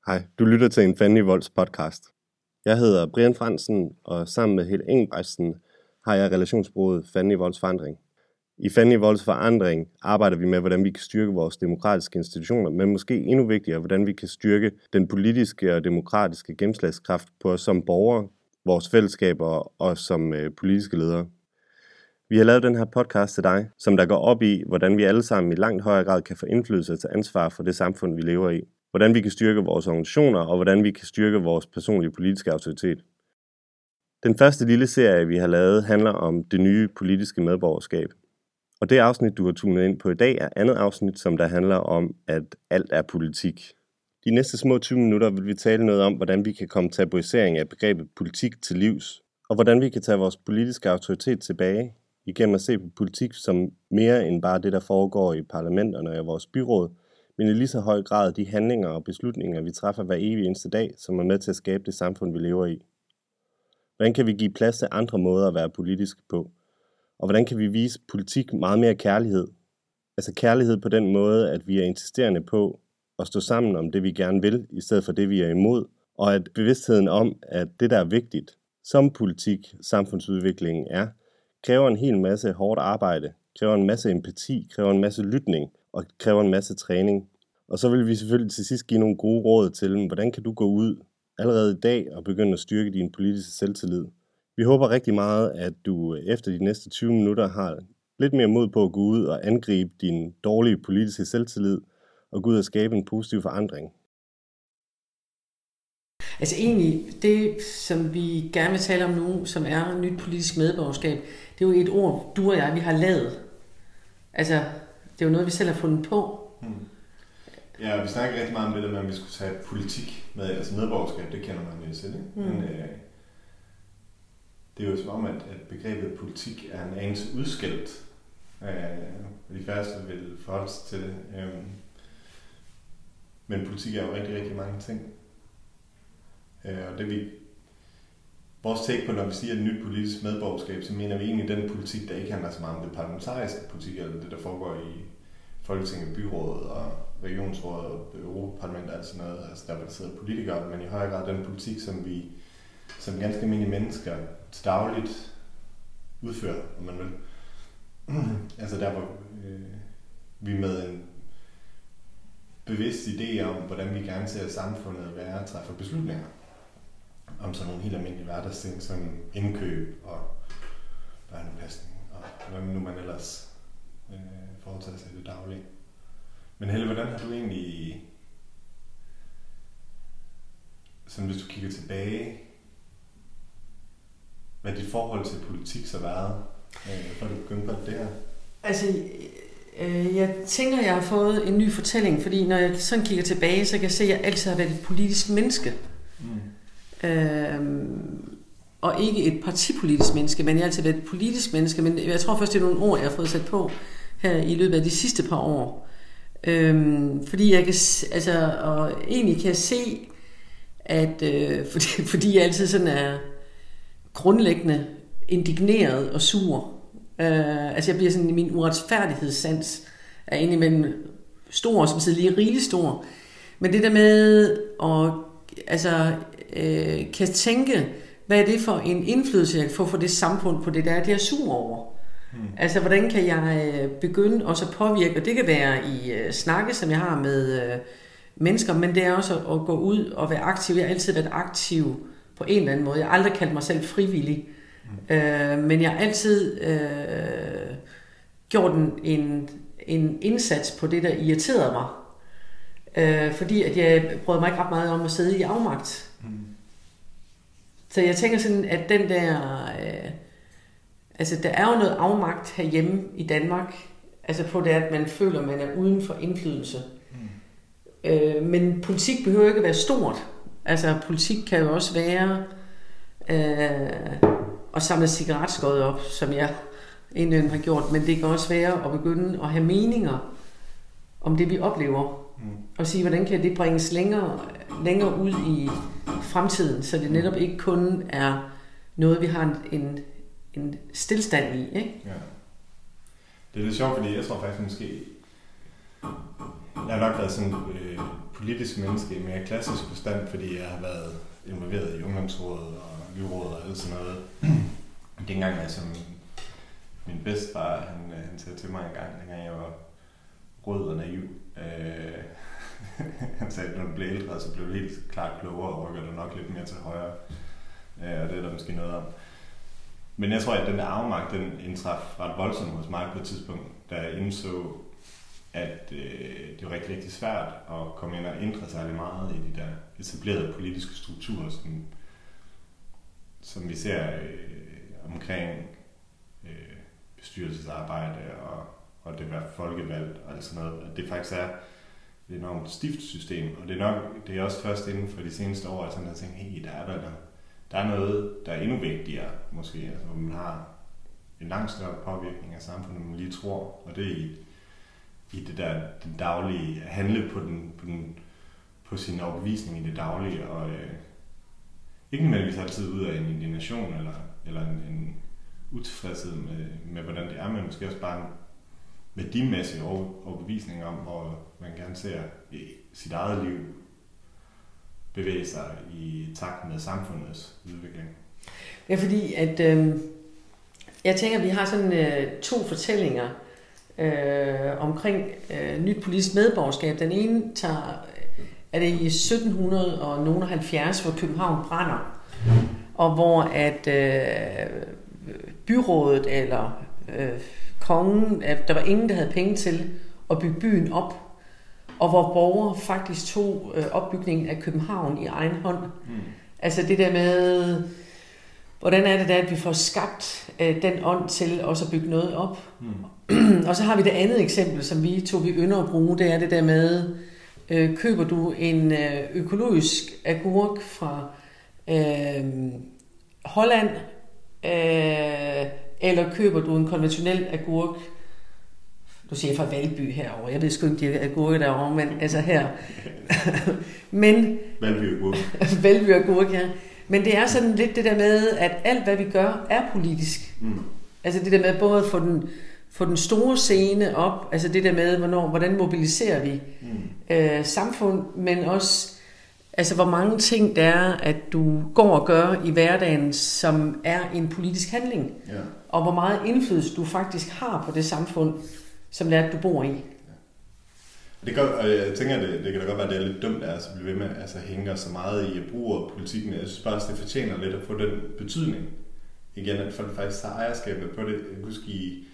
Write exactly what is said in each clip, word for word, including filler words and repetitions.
Hej, du lytter til en Fanny Volds podcast. Jeg hedder Brian Fransen, og sammen med Helle Engelbrechtsen har jeg relationsbureauet Fanny Volds Forandring. I Fanny Volds Forandring arbejder vi med, hvordan vi kan styrke vores demokratiske institutioner, men måske endnu vigtigere, hvordan vi kan styrke den politiske og demokratiske gennemslagskraft på os som borgere, vores fællesskaber og som øh, politiske ledere. Vi har lavet den her podcast til dig, som der går op i, hvordan vi alle sammen i langt højere grad kan få indflydelse til ansvar for det samfund, vi lever i. Hvordan vi kan styrke vores organisationer, og hvordan vi kan styrke vores personlige politiske autoritet. Den første lille serie, vi har lavet, handler om det nye politiske medborgerskab. Og det afsnit, du har tunet ind på i dag, er andet afsnit, som der handler om, at alt er politik. De næste små tyve minutter vil vi tale noget om, hvordan vi kan komme tabuisering af begrebet politik til livs, og hvordan vi kan tage vores politiske autoritet tilbage, igennem at se på politik som mere end bare det, der foregår i parlamenterne og i vores byråd, men i lige så høj grad de handlinger og beslutninger, vi træffer hver evig eneste dag, som er med til at skabe det samfund, vi lever i. Hvordan kan vi give plads til andre måder at være politisk på? Og hvordan kan vi vise politik meget mere kærlighed? Altså kærlighed på den måde, at vi er insisterende på at stå sammen om det, vi gerne vil, i stedet for det, vi er imod. Og at bevidstheden om, at det, der er vigtigt, som politik, samfundsudviklingen er, kræver en hel masse hårdt arbejde, kræver en masse empati, kræver en masse lytning, og kræver en masse træning. Og så vil vi selvfølgelig til sidst give nogle gode råd til, hvordan kan du gå ud allerede i dag og begynde at styrke din politiske selvtillid. Vi håber rigtig meget, at du efter de næste tyve minutter har lidt mere mod på at gå ud og angribe din dårlige politiske selvtillid og gå ud og skabe en positiv forandring. Altså egentlig, det som vi gerne vil tale om nu, som er nyt politisk medborgerskab, det er jo et ord, du og jeg, vi har lavet. Altså, det er jo noget, vi selv har fundet på. Hmm. Ja, vi snakker rigtig meget om det der med, at vi skulle tage politik med, altså medborgerskab, det kender man jo selv, ikke? Hmm. Men øh, det er jo som om, at, at begrebet politik er en anelse udskilt. Øh, de færreste vil forholde sig til det. Øh, men politik er jo rigtig, rigtig mange ting. Øh, og det vi... Vores take på, når vi siger et nyt politisk medborgerskab, så mener vi egentlig den politik, der ikke handler så meget om det parlamentariske politik, eller det, der foregår i Folketinget, byrådet og regionsrådet og Europaparlamentet og alt sådan noget, altså der, hvor der sidder politikere, men i højere grad den politik, som vi som ganske almindelige mennesker til dagligt udfører, om man vil. Altså der, hvor øh, vi med en bevidst idé om, hvordan vi gerne ser samfundet være og træffer beslutninger om sådan nogle helt almindelige hverdagsting, som indkøb og børnepasning og hvad nu man ellers øh, foretager sig i det daglige. Men Helle, hvordan har du egentlig, sådan hvis du kigger tilbage, hvad er dit forhold til politik så været, øh, før du begyndte på det her? Altså, øh, jeg tænker, jeg har fået en ny fortælling, fordi når jeg sådan kigger tilbage, så kan jeg se, at jeg altid har været et politisk menneske. Mm. Øhm, og ikke et partipolitisk menneske, men jeg har altid været et politisk menneske, men jeg tror først, det er nogle ord, jeg har fået sat på her i løbet af de sidste par år. Øhm, fordi jeg kan, altså, og egentlig kan jeg se, at øh, fordi, fordi jeg altid sådan er grundlæggende indigneret og sur. Øh, altså jeg bliver sådan, min uretfærdighedssans er indimellem stor, som sidder lige rigeligt stor. Men det der med at altså, øh, kan tænke, hvad er det for en indflydelse, jeg kan få for det samfund på det der, det er jeg sur over. Hmm. Altså, hvordan kan jeg begynde også at påvirke, og det kan være i uh, snakke, som jeg har med uh, mennesker, men det er også at, at gå ud og være aktiv. Jeg har altid været aktiv på en eller anden måde. Jeg har aldrig kaldt mig selv frivillig, hmm. uh, men jeg har altid uh, gjort en, en, en indsats på det, der irriterede mig. Uh, fordi at jeg brød mig ikke ret meget om at sidde i afmagt. Hmm. Så jeg tænker sådan, at den der... Uh, altså, der er jo noget afmagt herhjemme i Danmark, altså på det, at man føler, at man er uden for indflydelse. Mm. Øh, men politik behøver ikke at være stort. Altså, politik kan jo også være øh, at samle cigaretskod op, som jeg indimellem har gjort, men det kan også være at begynde at have meninger om det, vi oplever. Mm. Og sige, hvordan kan det bringes længere, længere ud i fremtiden, så det netop ikke kun er noget, vi har en, en en stillstand i, ikke? Ja. Det er lidt sjovt, fordi jeg tror faktisk måske, jeg har nok været sådan øh, politisk menneske i mere klassisk forstand, fordi jeg har været involveret i ungdomsrådet og byrådet og alt sådan noget. Dengang jeg som min bedstefar, han, han sagde til mig en gang, dengang jeg var rød og naiv. Øh, han sagde, at når du bliver ældre, så bliver du helt klart klogere og rykker du nok lidt mere til højre. Øh, og det er der måske noget om. Men jeg tror, at den der afmagt, den indtraf ret voldsomt hos mig på et tidspunkt, da jeg indså, at øh, det var rigtig, rigtig svært at komme ind og ændre særlig meget i de der etablerede politiske strukturer, som, som vi ser øh, omkring øh, bestyrelsesarbejde og, og det at være folkevalgt og alt sådan noget. At det faktisk er et enormt stift system, og det er nok det er også først inden for de seneste år, at jeg har tænkt, hey, der er der, der er noget, der er endnu vigtigere måske, altså, hvor man har en langt større påvirkning af samfundet, end man lige tror, og det er i i det der den daglige handle på den på den på sin overbevisning i det daglige, og øh, ikke nødvendigvis altid ud af en indignation eller eller en, en utilfredshed med med hvordan det er, men måske også bare en værdimæssig overbevisning om, hvor man gerne ser sit eget liv bevæge sig i takt med samfundets udvikling. Ja, fordi at øh, jeg tænker, at vi har sådan øh, to fortællinger Øh, omkring øh, nyt politisk medborgerskab. Den ene tager, er det i sytten halvfjerds, hvor København brænder, og hvor at øh, byrådet eller øh, kongen, at der var ingen, der havde penge til at bygge byen op, og hvor borgere faktisk tog øh, opbygningen af København i egen hånd. Mm. Altså det der med, hvordan er det da, at vi får skabt øh, den ånd til også at bygge noget op. Mm. Og så har vi det andet eksempel, som vi to vi ynder at bruge, det er det der med, øh, køber du en øh, økologisk agurk fra øh, Holland, øh, eller køber du en konventionel agurk, du siger fra Valby herovre, jeg ved sgu ikke, de agurker derovre, men altså her. men Valby agurk. Valby agurk, ja. Men det er sådan lidt det der med, at alt hvad vi gør er politisk. Mm. Altså det der med både for den få den store scene op, altså det der med, hvornår, hvordan mobiliserer vi mm. øh, samfund, men også, altså hvor mange ting der er, at du går og gør i hverdagen, som er en politisk handling, ja. Og hvor meget indflydelse du faktisk har på det samfund, som det er, du bor i. Ja. Det gør, og jeg tænker, det, det kan da godt være, at det er lidt dumt, at vi bliver ved med altså, hænger så meget i at bruge politik, men jeg synes bare, at det fortjener lidt at få den betydning. Igen, at folk faktisk tager ejerskabet på det. Jeg kan huske i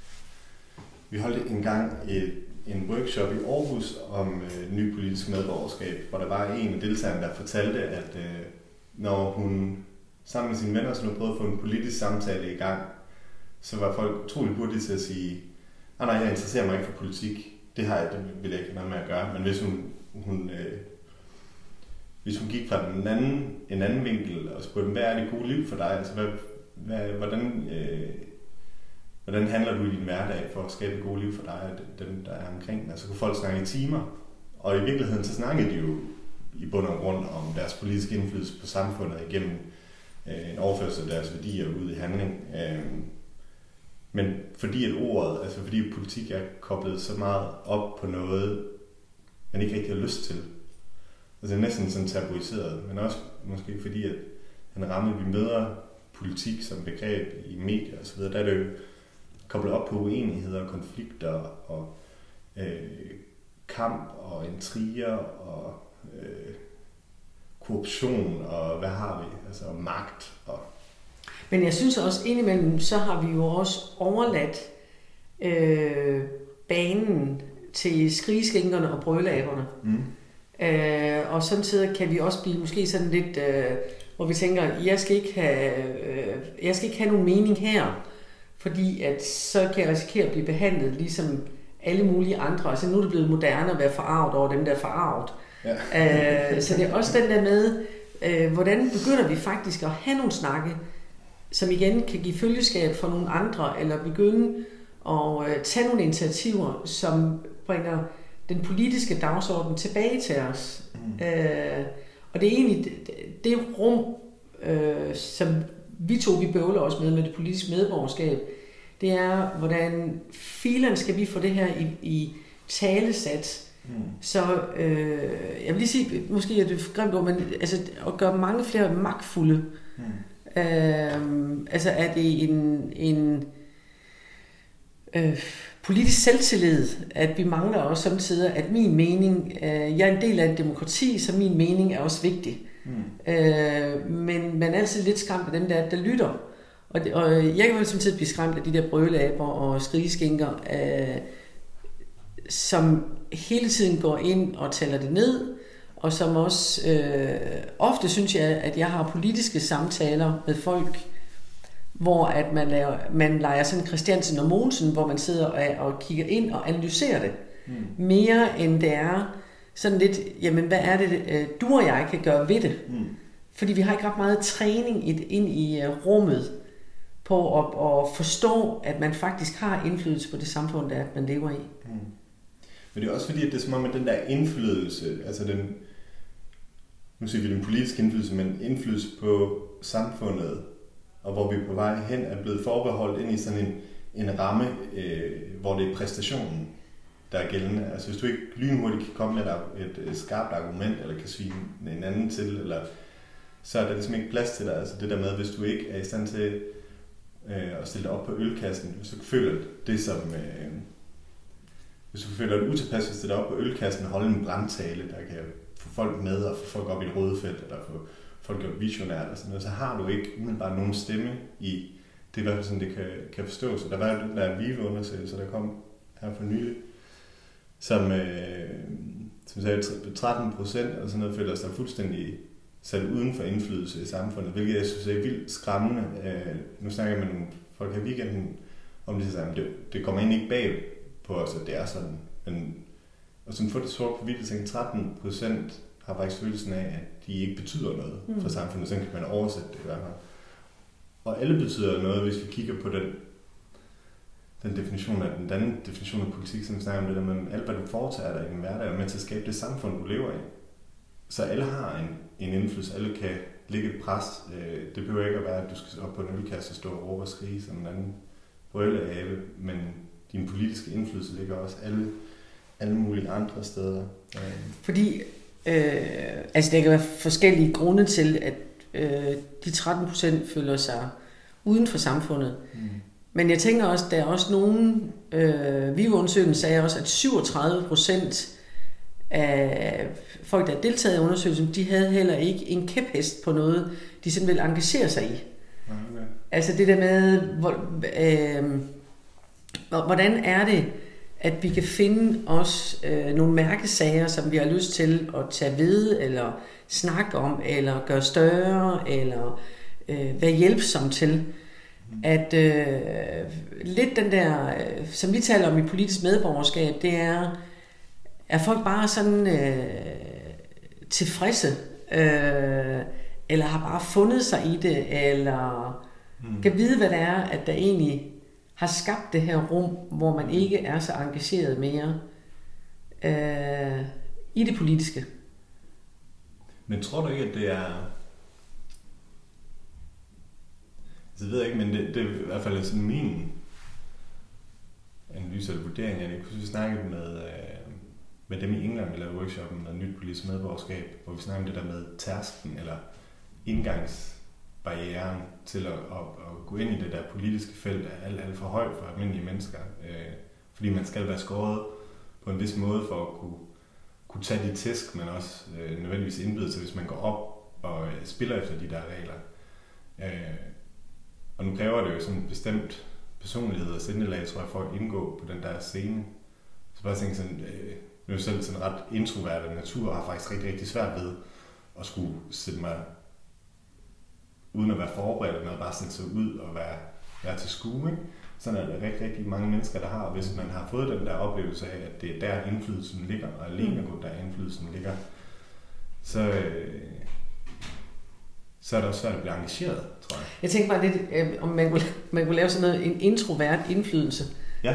Vi holdt en gang et, en workshop i Aarhus om øh, ny politisk medborgerskab, hvor der var en af deltagerne, der fortalte, at øh, når hun sammen med sine venner så nu prøvede at få en politisk samtale i gang, så var folk utrolig hurtige til at sige, nej, nej, jeg interesserer mig ikke for politik, det har jeg, det vil jeg ikke have noget med at gøre, men hvis hun, hun, øh, hvis hun gik fra den anden, en anden vinkel og spurgte, hvad er det gode liv for dig, altså hvad, hvad, hvordan... Øh, Hvordan handler du i din hverdag for at skabe et godt liv for dig og dem, der er omkring? Altså kunne folk snakke i timer, og i virkeligheden så snakkede de jo i bund og grund om deres politiske indflydelse på samfundet igennem øh, en overførsel af deres værdier ud i handling. Øh, men fordi at ordet, altså fordi politik er koblet så meget op på noget, man ikke rigtig har lyst til. Altså det er næsten sådan tabuiseret, men også måske fordi at han rammer, vi møder politik som begreb i medier og så videre, der er det jo koblet op på uenigheder, konflikter og øh, kamp og intriger og øh, korruption og hvad har vi, altså magt. Og Men jeg synes også indimellem, så har vi jo også overladt øh, banen til skrigeskænkerne og brølaberne. Mm. Øh, og samtidig kan vi også blive måske sådan lidt, øh, hvor vi tænker, jeg skal ikke have, øh, jeg skal ikke have nogen mening her. Fordi at så kan jeg risikere at blive behandlet ligesom alle mulige andre. Altså nu er det blevet moderne at være forarvet over dem, der er forarvet. Ja. øh, så det er også den der med, øh, hvordan begynder vi faktisk at have nogle snakke, som igen kan give følgeskab for nogle andre, eller begynde at øh, tage nogle initiativer, som bringer den politiske dagsorden tilbage til os. Mm. Øh, og det er egentlig det, det rum, øh, som vi to, vi bøvler også med med det politiske medborgerskab, det er, hvordan filen skal vi få det her i, i talesat, Mm. Så øh, jeg vil lige sige, måske er det grimt ord, men altså, at gøre mange flere magtfulde. Mm. Øh, altså er det en, en øh, politisk selvtillid, at vi mangler også samtidig, at min mening, øh, jeg er en del af et demokrati, så min mening er også vigtig. Mm. Øh, men man er altid lidt skræmt af dem, der, der lytter. Og, det, og jeg kan jo samtidig blive skræmt af de der brøleaber og skrigeskinker, øh, som hele tiden går ind og tæller det ned, og som også øh, ofte synes jeg, at jeg har politiske samtaler med folk, hvor at man, laver, man leger sådan Christiansen og Mogensen, hvor man sidder og, og kigger ind og analyserer det. Mm. Mere end det er sådan lidt, jamen hvad er det, du og jeg kan gøre ved det? Mm. Fordi vi har ikke ret meget træning ind i rummet på at, at forstå, at man faktisk har indflydelse på det samfund, der man lever i. Mm. Men det er også fordi, at det er som om, at den der indflydelse, altså den, nu siger vi den politiske indflydelse, men indflydelse på samfundet, og hvor vi på vej hen er blevet forbeholdt ind i sådan en, en ramme, øh, hvor det er præstationen, der er gældende. Altså hvis du ikke lynhurtigt kan komme med et, et skarpt argument, eller kan svine en anden til, eller, så er der ligesom ikke plads til dig. Altså det der med, hvis du ikke er i stand til øh, at stille dig op på ølkassen, hvis du føler det som... Øh, hvis du føler dig utilpas at stille dig op på ølkassen og holde en brandtale, der kan få folk med og få folk op i et røde felt, eller få folk gjort visionært og sådan noget, så har du ikke umiddelbart nogen stemme i, det er i hvert fald sådan, det kan, kan forstås. Der var jo den der VIVE-undersøgelse, der kom her for nylig, som, øh, som sagde, tretten procent og sådan noget føler sig fuldstændig sat uden for indflydelse i samfundet, hvilket jeg synes er vildt skræmmende. Øh, nu snakker jeg med nogle folk her i weekenden om det, så det, det kommer egentlig ikke bag på os, at det er sådan. Men, og sådan få det sort på hvidt, at tretten procent har faktisk følelsen af, at de ikke betyder noget mm. for samfundet. Sådan kan man oversætte det i hvert fald. Og alle betyder noget, hvis vi kigger på den, den definition af den anden definition af politik, som vi snakker om det der med, alt hvad du foretager dig i din hverdag, er med til at skabe det samfund, du lever i. Så alle har en, en indflydelse, alle kan lægge et pres. Det behøver ikke at være, at du skal op på en ølkasse og stå og råbe og skrige som en anden brøleabe, men din politiske indflydelse ligger også alle, alle mulige andre steder. Fordi øh, altså der kan være forskellige grunde til, at øh, de tretten procent føler sig uden for samfundet. Mm. Men jeg tænker også, der er også nogen, øh, VIVE-undersøgelsen sagde også, at syvogtredive procent af folk, der deltaget i undersøgelsen, de havde heller ikke en kæphest på noget, de simpelthen ville engagere sig i. Okay. Altså det der med, hvor, øh, hvordan er det, at vi kan finde os øh, nogle mærkesager, som vi har lyst til at tage ved, eller snakke om, eller gøre større, eller øh, være hjælpsom til. At øh, lidt den der, øh, som vi taler om i politisk medborgerskab, det er, er folk bare sådan øh, tilfredse, øh, eller har bare fundet sig i det, eller mm. kan vide, hvad det er, at der egentlig har skabt det her rum, hvor man ikke er så engageret mere øh, i det politiske. Men tror du ikke, at det er... Det ved jeg ikke, men det, det er i hvert fald sådan min analyse eller vurdering. Jeg kunne snakke med, med dem i England, der lavede workshoppen med nyt politisk medborgerskab, hvor vi snakker om det der med tærsken eller indgangsbarrieren til at, at, at gå ind i det der politiske felt er alt, alt for høj for almindelige mennesker. Øh, fordi man skal være skåret på en vis måde for at kunne, kunne tage de tæsk, men også øh, nødvendigvis indbyde til, hvis man går op og øh, spiller efter de der regler. Øh, Og nu kræver det jo sådan en bestemt personlighed og sindelag, tror jeg, for at indgå på den der scene. Så bare tænke sådan, øh, nu er jeg selv sådan ret introvert af natur, og har faktisk rigtig, rigtig svært ved at skulle sætte mig, uden at være forberedt eller noget, bare sådan så ud og være, være til skue. Ikke? Sådan er der rigtig, rigtig mange mennesker, der har, hvis man har fået den der oplevelse af, at det er der indflydelsen ligger, og alene hvor der indflydelsen ligger, så... Øh, så er det også svært at blive engageret, tror jeg. Jeg tænker bare lidt, øh, om man kunne, man kunne lave sådan noget, en introvert indflydelse. Ja.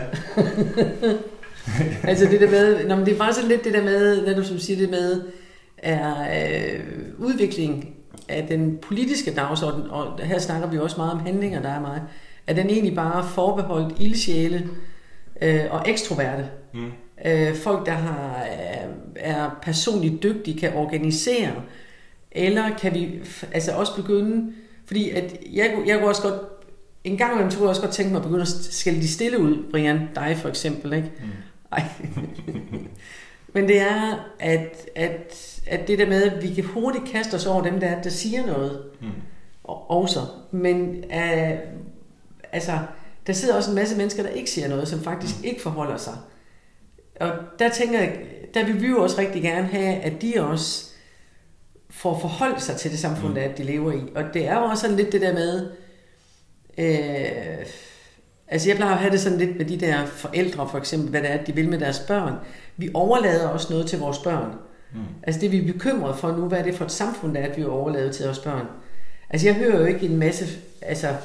Altså det der med, nå, men det er faktisk lidt det der med, når du som siger det med, er øh, udvikling af den politiske dagsorden, og her snakker vi også meget om handlinger, der er meget, er den egentlig bare forbeholdt ildsjæle øh, og ekstroverte. Mm. øh, folk, der har, er, er personligt dygtige, kan organisere, eller kan vi altså også begynde, fordi at jeg, jeg kunne også godt, en gang imellem, tror jeg også godt tænke mig at begynde at skælde de stille ud, Brian, dig for eksempel, ikke? Mm. Ej. Men det er, at, at, at det der med, at vi kan hurtigt kaste os over dem, der, der siger noget, mm. også. Men uh, altså, der sidder også en masse mennesker, der ikke siger noget, som faktisk mm. ikke forholder sig. Og der tænker jeg, der vil vi jo også rigtig gerne have, at de også får forholdt sig til det samfund, mm. der de lever i. Og det er jo også sådan lidt det der med, øh, altså jeg plejer at have det sådan lidt med de der forældre, for eksempel, hvad det er, de vil med deres børn. Vi overlader også noget til vores børn. Mm. Altså det vi er bekymret for nu, hvad er det for et samfund, der er, at vi overlader til vores børn. Altså jeg hører jo ikke en masse altså,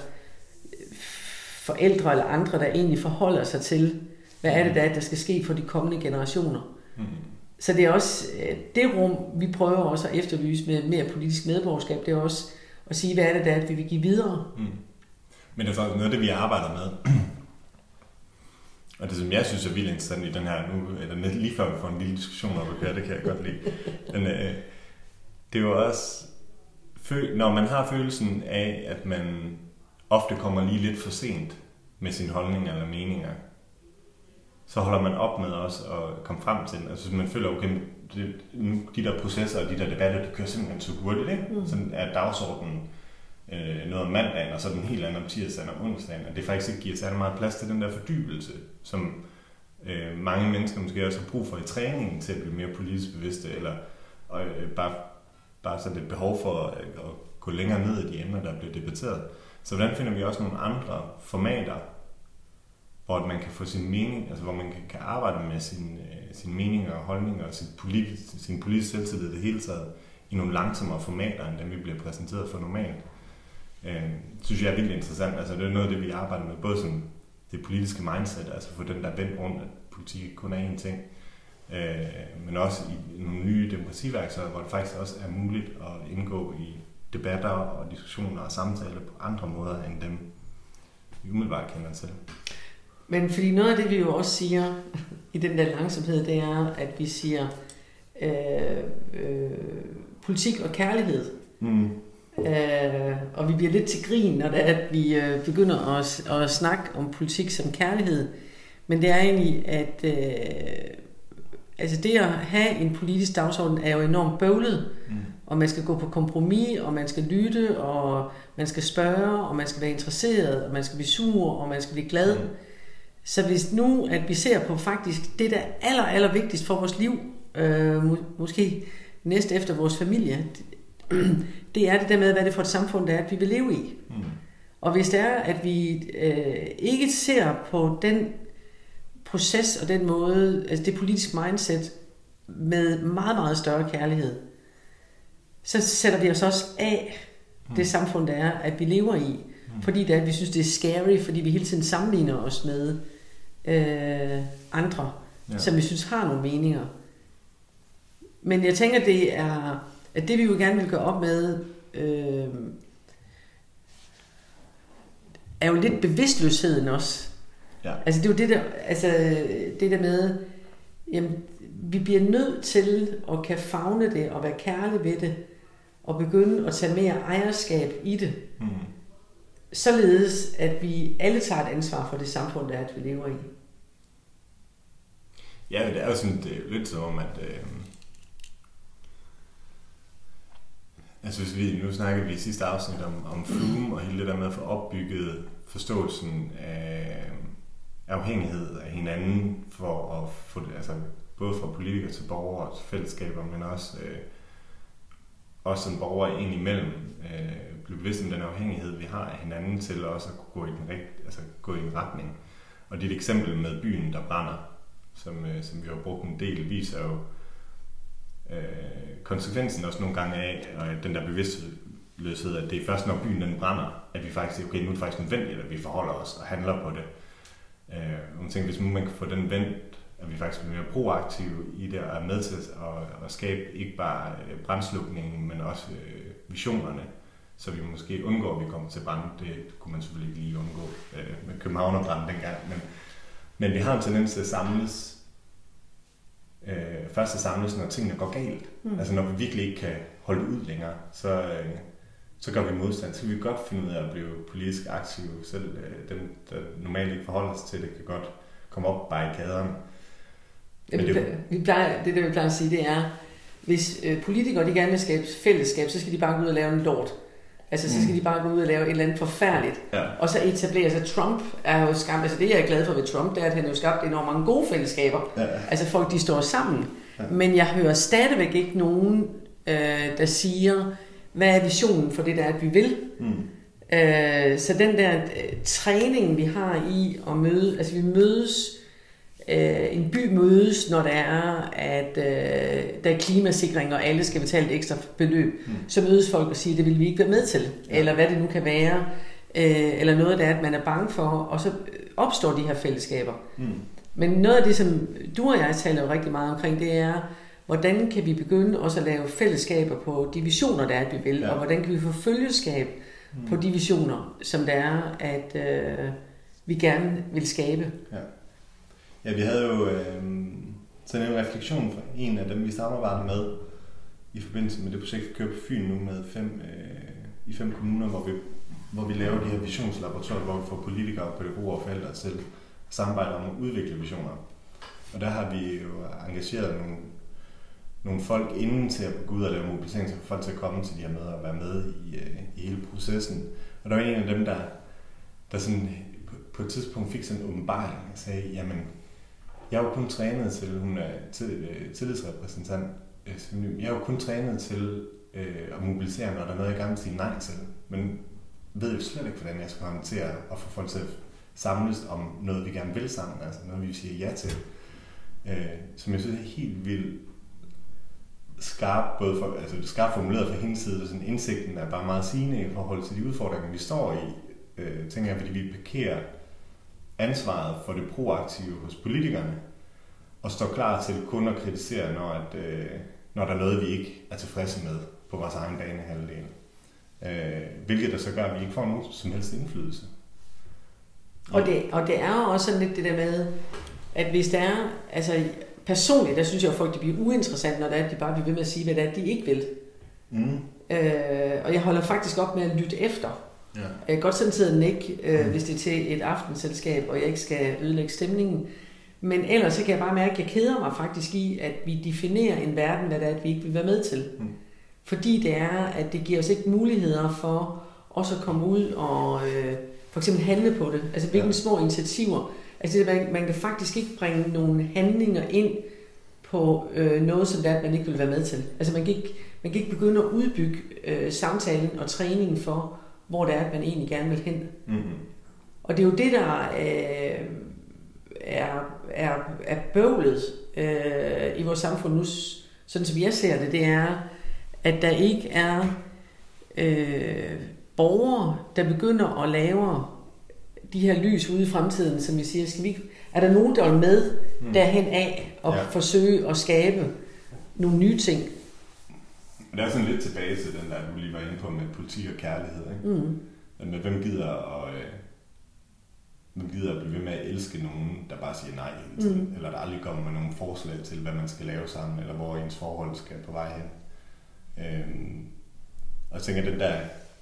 forældre eller andre, der egentlig forholder sig til, hvad er det der, der skal ske for de kommende generationer. Mm. Så det er også det rum, vi prøver også at efterlyse med mere politisk medborgerskab, det er også at sige, hvad er det der, at vi vil give videre. Mm. Men det er faktisk noget af det, vi arbejder med. Og det, som jeg synes er vildt interessant i den her, nu eller lige før vi får en lille diskussion om det, det kan jeg godt lide. Men, øh, det er jo også, når man har følelsen af, at man ofte kommer lige lidt for sent med sine holdninger eller meninger, så holder man op med også at komme frem til den. Altså man føler, okay, det, de der processer og de der debatter, det kører simpelthen så hurtigt, ikke? Mm. Sådan er dagsordenen øh, noget om mandagen, og så er den helt anden om tirsdagen og onsdagen, og det faktisk ikke giver særlig meget plads til den der fordybelse, som øh, mange mennesker måske også har brug for i træningen til at blive mere politisk bevidste, eller øh, bare, bare sådan et behov for at, at gå længere ned i de emner, der bliver debatteret. Så hvordan finder vi også nogle andre formater, hvor man kan få sin mening, altså hvor man kan, kan arbejde med sin, øh, sine meninger og holdninger og sin politisk, sin politisk selvtillid det hele taget i nogle langsommere formater, end dem vi bliver præsenteret for normalt. Øh, synes jeg er vildt interessant. Altså det er noget af det, vi arbejder med, både som det politiske mindset, altså få den der vendt rundt, at politik ikke kun er én ting, øh, men også i nogle nye demokrativærktøjer, hvor det faktisk også er muligt at indgå i debatter og diskussioner og samtaler på andre måder, end dem vi umiddelbart kender til. Men fordi noget af det, vi jo også siger i den der langsomhed, det er, at vi siger øh, øh, politik og kærlighed. Mm. Øh, og vi bliver lidt til grin, når det er, at vi øh, begynder at, at snakke om politik som kærlighed. Men det er egentlig, at øh, altså det at have en politisk dagsorden er jo enormt bøvlet. Mm. Og man skal gå på kompromis, og man skal lytte, og man skal spørge, og man skal være interesseret, og man skal blive sur, og man skal blive glad. Mm. Så hvis nu, at vi ser på faktisk det, der er aller, aller vigtigst for vores liv, øh, må, måske næste efter vores familie, det, det er det der med, hvad det er for et samfund, der er, at vi vil leve i. Mm. Og hvis det er, at vi øh, ikke ser på den proces og den måde, altså det politiske mindset, med meget, meget større kærlighed, så sætter vi os også af mm. det samfund, der er, at vi lever i. Mm. Fordi det er, at vi synes, det er scary, fordi vi hele tiden sammenligner os med øh, andre, ja. Som vi synes har nogle meninger. Men jeg tænker, det er, at det vi jo gerne vil gøre op med, øh, er jo lidt bevidstløsheden også. Ja. Altså det er jo det der, altså det der med, jamen, vi bliver nødt til at kan favne det og være kærlige ved det og begynde at tage mere ejerskab i det. Mm. Således at vi alle tager et ansvar for det samfund, der er, at vi lever i. Ja, det er jo sådan, det er lidt som om, at øh, altså hvis vi, nu snakker vi i sidste afsnit om, om Flume og hele det der med at få opbygget forståelsen af afhængighed af hinanden for at få det, altså både fra politikere til borgere og til fællesskaber, men også øh, også som borgere ind imellem øh, blive bevidst om den afhængighed, vi har af hinanden til også at kunne gå i, den rigt, altså gå i en retning. Og dit eksempel med byen, der brænder, som, øh, som vi har brugt en del, viser jo øh, konsekvensen også nogle gange af, og den der bevidstløshed, at det er først, når byen den brænder, at vi faktisk siger, okay, nu er det faktisk nødvendigt, at vi forholder os og handler på det. Øh, og man tænker, hvis nu man kan få den vendt, at vi faktisk bliver mere proaktive i det, og er med til at, at skabe ikke bare brandslukningen, men også øh, visionerne, så vi måske undgår, at vi kommer til brand. Det kunne man selvfølgelig ikke lige undgå øh, med København og brand dengang, men, men vi har en tendens til at samles øh, først at samles, når tingene går galt. Mm. Altså når vi virkelig ikke kan holde ud længere, så, øh, så gør vi modstand. Så kan vi godt finde ud af at blive politisk aktive. Selv øh, dem, der normalt ikke forholder sig til det, kan godt komme op på barrikaderne. Ja, vi plejer, vi plejer, det, det vi plejer at sige, det er, hvis øh, politikere de gerne vil skabe fællesskab, så skal de bare gå ud og lave en lort. Altså, så skal de bare gå ud og lave et eller andet forfærdeligt. Ja. Og så etablere sig. Trump er jo skabt, altså det jeg er glad for ved Trump, det er, at han har jo skabt enormt mange gode fællesskaber. Ja. Altså folk, de står sammen. Ja. Men jeg hører stadigvæk ikke nogen, øh, der siger, hvad er visionen for det, der er, at vi vil. Mm. Øh, så den der øh, træning, vi har i at møde, altså vi mødes, øh, en by mødes, når der er, at øh, der er klimasikring, og alle skal betale et ekstra beløb, mm. så mødes folk og siger, det vil vi ikke være med til, ja. Eller hvad det nu kan være, øh, eller noget, der er, at man er bange for, og så opstår de her fællesskaber. Mm. Men noget af det, som du og jeg taler jo rigtig meget omkring, det er, hvordan kan vi begynde også at lave fællesskaber på de visioner, der er, at vi vil, ja. Og hvordan kan vi få følgeskab mm. på de visioner, som der er, at øh, vi gerne vil skabe. Ja. Ja, vi havde jo øh, sådan en refleksion fra en af dem, vi samarbejder med i forbindelse med det projekt, vi kører på Fyn nu med fem, øh, i fem kommuner, hvor vi, hvor vi laver de her visionslaboratorier, hvor vi får politikere, pædagoger og forældre til at samarbejde om at udvikle visioner. Og der har vi jo engageret nogle, nogle folk inden til at gå ud og lave mobilisering, så folk til at komme til de her møder og være med i, øh, i hele processen. Og der var en af dem, der, der sådan, på, på et tidspunkt fik sådan en åbenbaring og sagde, jamen, jeg er jo kun trænet til, hun er tillidsrepræsentant, jeg er jo kun trænet til øh, at mobilisere, når der er noget, jeg gerne vil sige nej til. Men ved jo slet ikke, hvordan jeg skal håndtere at få folk til at samles om noget, vi gerne vil sammen, altså noget, vi siger ja til. Øh, som jeg synes er helt vildt skarpt, både for, altså skarpt formuleret fra hendes side, og sådan indsigten er bare meget sigende i forhold til de udfordringer, vi står i, øh, tænker jeg, fordi vi parkerer ansvaret for det proaktive hos politikerne, og står klar til kun at kritisere, når, at, øh, når der er noget, vi ikke er tilfredse med på vores egen banehalvdel. Øh, hvilket der så gør, at vi ikke får nogen som helst indflydelse. Og det, og det er jo også sådan lidt det der med, at hvis der er, altså personligt, der synes jeg, at folk de bliver uinteressante, når det er, at de bare bliver ved med at sige, hvad det er, de ikke vil. Mm. Øh, og jeg holder faktisk op med at lytte efter. Ja. Jeg kan godt sådan sidde og nikke, øh, mm. hvis det er til et aftenselskab, og jeg ikke skal ødelægge stemningen. Men ellers så kan jeg bare mærke, at jeg keder mig faktisk i, at vi definerer en verden, hvad det er, at vi ikke vil være med til. Mm. Fordi det er, at det giver os ikke muligheder for også at komme ud og øh, for eksempel handle på det. Altså hvilke ja. små initiativer. Altså man, man kan faktisk ikke bringe nogle handlinger ind på øh, noget, som det er, at man ikke vil være med til. Altså man kan ikke, man kan ikke begynde at udbygge øh, samtalen og træningen for, hvor det er, at man egentlig gerne vil hen. Mm-hmm. Og det er jo det, der øh, er, er, er bøvlet øh, i vores samfund nu, sådan som jeg ser det, det er, at der ikke er øh, borgere, der begynder at lave de her lys ude i fremtiden, som vi siger, skal vi ikke, er der nogen, der er med mm. derhen af og ja. forsøge at skabe nogle nye ting? Det er sådan lidt tilbage til den der, du lige var inde på med politik og kærlighed, ikke? Mm. Men hvem gider at, øh, hvem gider at blive ved med at elske nogen, der bare siger nej hele tiden, mm. eller der aldrig kommer med nogle forslag til, hvad man skal lave sammen, eller hvor ens forhold skal på vej hen. Øhm, og jeg tænker, den der,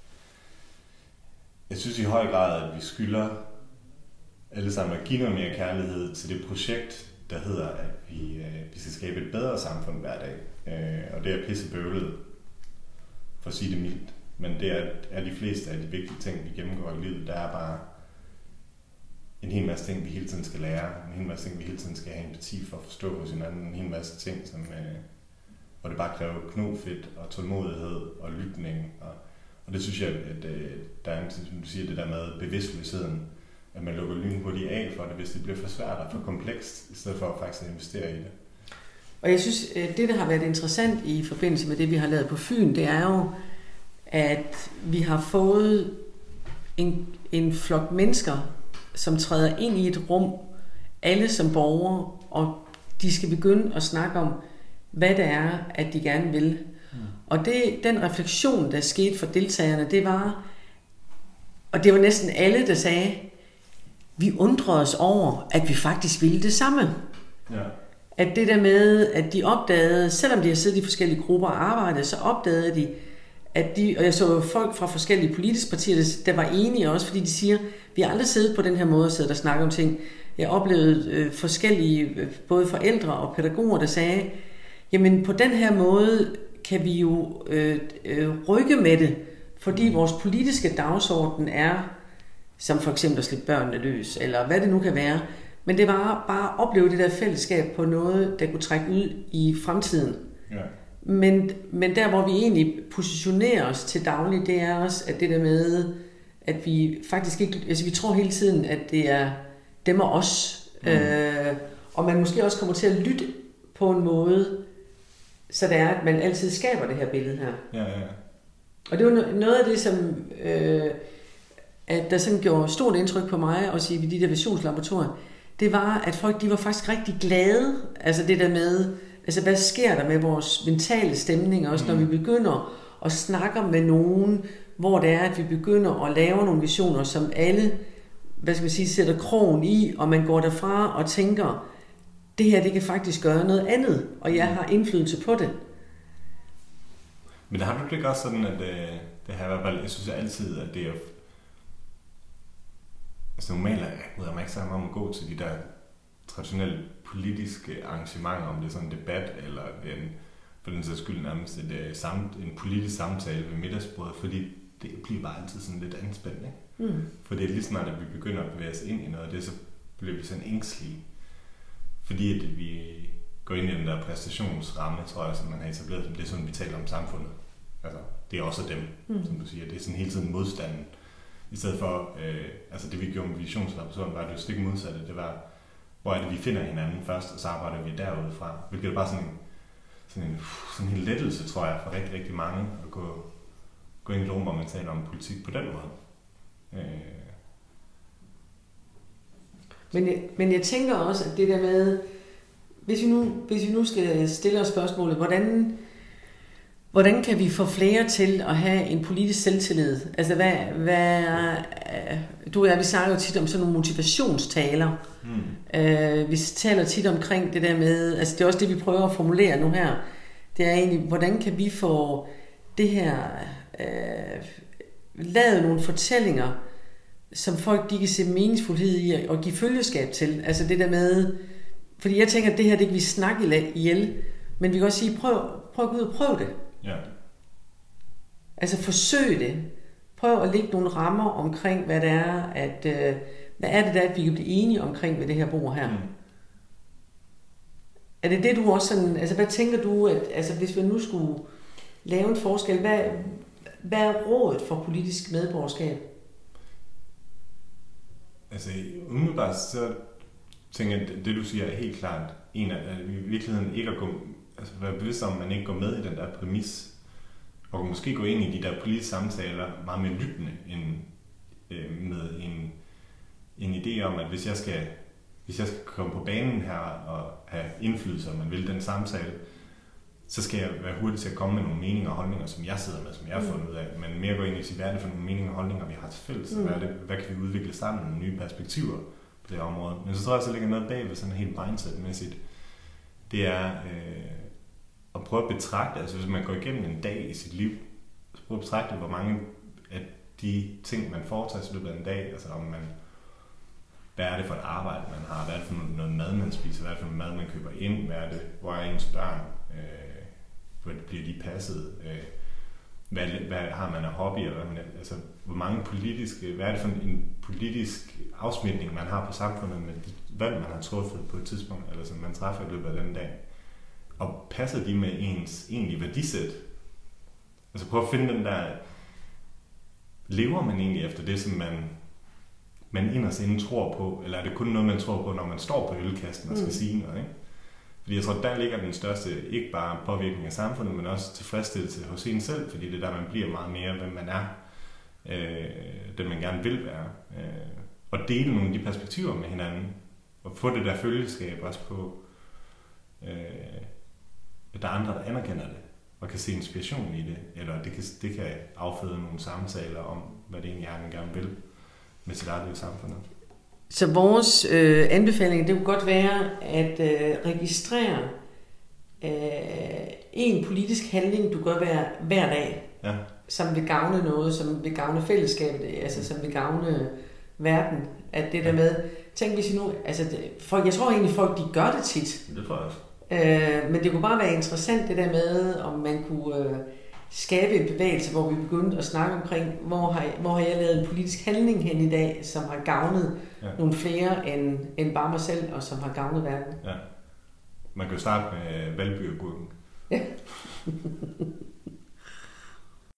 jeg synes i høj grad, at vi skylder alle sammen at give noget mere kærlighed til det projekt, der hedder, at vi, øh, vi skal skabe et bedre samfund hver dag. Øh, og det er pisse bøvlet, for at sige det mildt. Men det er, er de fleste af de vigtige ting, vi gennemgår i livet. Der er bare en hel masse ting, vi hele tiden skal lære. En hel masse ting, vi hele tiden skal have empati for at forstå hos hinanden. En hel masse ting, som, øh, hvor det bare kræver knofedt og tålmodighed og lytning. Og, og det synes jeg, at øh, der er, som du siger, det der med bevidstløsheden. At man lukker lynhurtigt af for det, hvis det bliver for svært og for komplekst, i stedet for at faktisk investere i det. Og jeg synes, det der har været interessant i forbindelse med det, vi har lavet på Fyn, det er jo, at vi har fået en, en flok mennesker, som træder ind i et rum, alle som borgere, og de skal begynde at snakke om, hvad det er, at de gerne vil. Mm. Og det, den refleksion, der skete for deltagerne, det var, og det var næsten alle, der sagde, vi undrede os over, at vi faktisk ville det samme. Ja. at det der med, at de opdagede, selvom de har siddet i forskellige grupper og arbejdet, så opdagede de, at de, og jeg så folk fra forskellige politiske partier, der var enige også, fordi de siger, vi har aldrig siddet på den her måde og siddet og snakket om ting. Jeg oplevede øh, forskellige, øh, både forældre og pædagoger, der sagde, jamen på den her måde kan vi jo øh, øh, rykke med det, fordi vores politiske dagsorden er, som for eksempel at slippe børnene løs, eller hvad det nu kan være. Men det var bare at opleve det der fællesskab på noget, der kunne trække ud i fremtiden. Ja. Men, men der, hvor vi egentlig positionerer os til daglig, det er også, at det der med, at vi faktisk ikke, altså vi tror hele tiden, at det er dem og os. Mm. Øh, og man måske også kommer til at lytte på en måde, så det er, at man altid skaber det her billede her. Ja, ja. Og det var noget af det, som øh, at der sådan gjorde stort indtryk på mig, også i de der visionslaboratorier, det var, at folk, de var faktisk rigtig glade. Altså det der med, altså hvad sker der med vores mentale stemning, også mm. når vi begynder at snakke med nogen, hvor det er, at vi begynder at lave nogle visioner, som alle, hvad skal man sige, sætter krogen i, og man går derfra og tænker, det her, det kan faktisk gøre noget andet, og jeg har indflydelse på det. Men har du det ikke også sådan, at det, det her i hvert fald, jeg synes altid, at det er, altså normalt er jeg ikke sammen om at gå til de der traditionelle politiske arrangementer, om det er sådan en debat, eller en, for den sags skyld nærmest et, samt, en politisk samtale ved middagsbordet, fordi det bliver bare altid sådan lidt anspændt, ikke? Mm. For det er lige snart, at vi begynder at bevæge os ind i noget af det, så bliver vi sådan ængstlige. Fordi at vi går ind i den der præstationsramme, tror jeg, som man har etableret, som det er sådan, vi taler om samfundet. Altså, det er også dem, mm. som du siger. Det er sådan hele tiden modstanden. I stedet for, øh, altså det vi gjorde med visionslaboratoriet, var det jo stik modsatte. Det var, hvor er det, vi finder hinanden først, og så arbejder vi derude fra. Hvilket er bare sådan en, sådan en, sådan en lettelse, tror jeg, for rigtig, rigtig mange, at gå, gå ind i et rum, hvor man taler om politik på den måde. Øh. Men, jeg, men jeg tænker også, at det der med, hvis vi nu, hvis vi nu skal stille os spørgsmålet, hvordan, hvordan kan vi få flere til at have en politisk selvtillid? Altså, hvad, hvad, du og jeg, vi snakker jo tit om sådan nogle motivationstaler. Mm. Uh, vi taler tit omkring det der med, altså det er også det, vi prøver at formulere nu her. Det er egentlig, hvordan kan vi få det her, uh, lavet nogle fortællinger, som folk, de kan se meningsfuldhed i og give følgeskab til. Altså det der med, fordi jeg tænker, at det her, det kan vi snakke ihjel, men vi kan også sige, prøv, prøv at gå ud og prøv det. Ja. Altså forsøg det. Prøv at lægge nogle rammer omkring, hvad det er, at, øh, hvad er det der, at vi kan blive enige omkring ved det her bord her. Mm. Er det det, du også sådan, altså hvad tænker du, at altså, hvis vi nu skulle lave en forskel, hvad, hvad er rådet for politisk medborgerskab? Altså umiddelbart så tænker jeg, at det du siger er helt klart en af, at i virkeligheden ikke at gå, altså være bevidst om, at man ikke går med i den der præmis, og måske gå ind i de der politiske samtaler meget mere lyttende, end øh, med en, en idé om, at hvis jeg skal, hvis jeg skal komme på banen her og have indflydelse, om man vil den samtale, så skal jeg være hurtig til at komme med nogle meninger og holdninger, som jeg sidder med, som jeg har fundet ud af. Men mere gå ind i at sige, hvad er det for nogle meninger og holdninger, vi har til fælles? Mm. Hvad, er det, hvad kan vi udvikle sammen? Nye perspektiver på det område. Men så tror jeg, så ligger noget bagved sådan helt mindset-mæssigt. Det er øh, at prøve at betragte, altså hvis man går igennem en dag i sit liv, så prøve at betragte, hvor mange af de ting, man foretager i løbet af en dag, altså om man, hvad er det for et arbejde, man har? Hvad er det for noget mad, man spiser? Hvad er det for noget mad, man køber ind? Hvad er det? Hvor er ens børn? Øh, bliver de passet? Hvad, hvad har man af hobbyer? Altså, hvor mange politiske, hvad er det for en politisk afsmitning, man har på samfundet med de valg, man har truffet på et tidspunkt, eller som man træffer i løbet af den dag? Og passer de med ens egentlige værdisæt? Altså prøv at finde den der, lever man egentlig efter det, som man, man inderst inde tror på, eller er det kun noget, man tror på, når man står på ølkasten og skal mm. sige noget, ikke? Fordi jeg tror, der ligger den største, ikke bare påvirkning af samfundet, men også tilfredsstillelse hos en selv, fordi det er der, man bliver meget mere, hvem man er, øh, den man gerne vil være. Øh, og dele nogle af de perspektiver med hinanden, og få det der følgeskab også på, øh, at der er andre, der anerkender det, og kan se inspiration i det, eller det kan, det kan afføde nogle samtaler om, hvad det egentlig er, man gerne vil med sit eget liv i samfundet. Så vores øh, anbefaling, det kunne godt være at øh, registrere øh, en politisk handling, du gør hver, hver dag, ja. Som vil gavne noget, som vil gavne fællesskabet, altså som vil gavne verden. At det der med, tænk hvis I nu, altså folk, jeg tror egentlig folk, de gør det tit. Det tror jeg også. Øh, men det kunne bare være interessant det der med, om man kunne øh, skabe en bevægelse, hvor vi begyndte at snakke omkring, hvor har, hvor har jeg lavet en politisk handling hen i dag, som har gavnet ja. nogle flere end, end bare mig selv, og som har gavnet verden. Ja. Man kan jo starte med Valby og Gurken. Ja.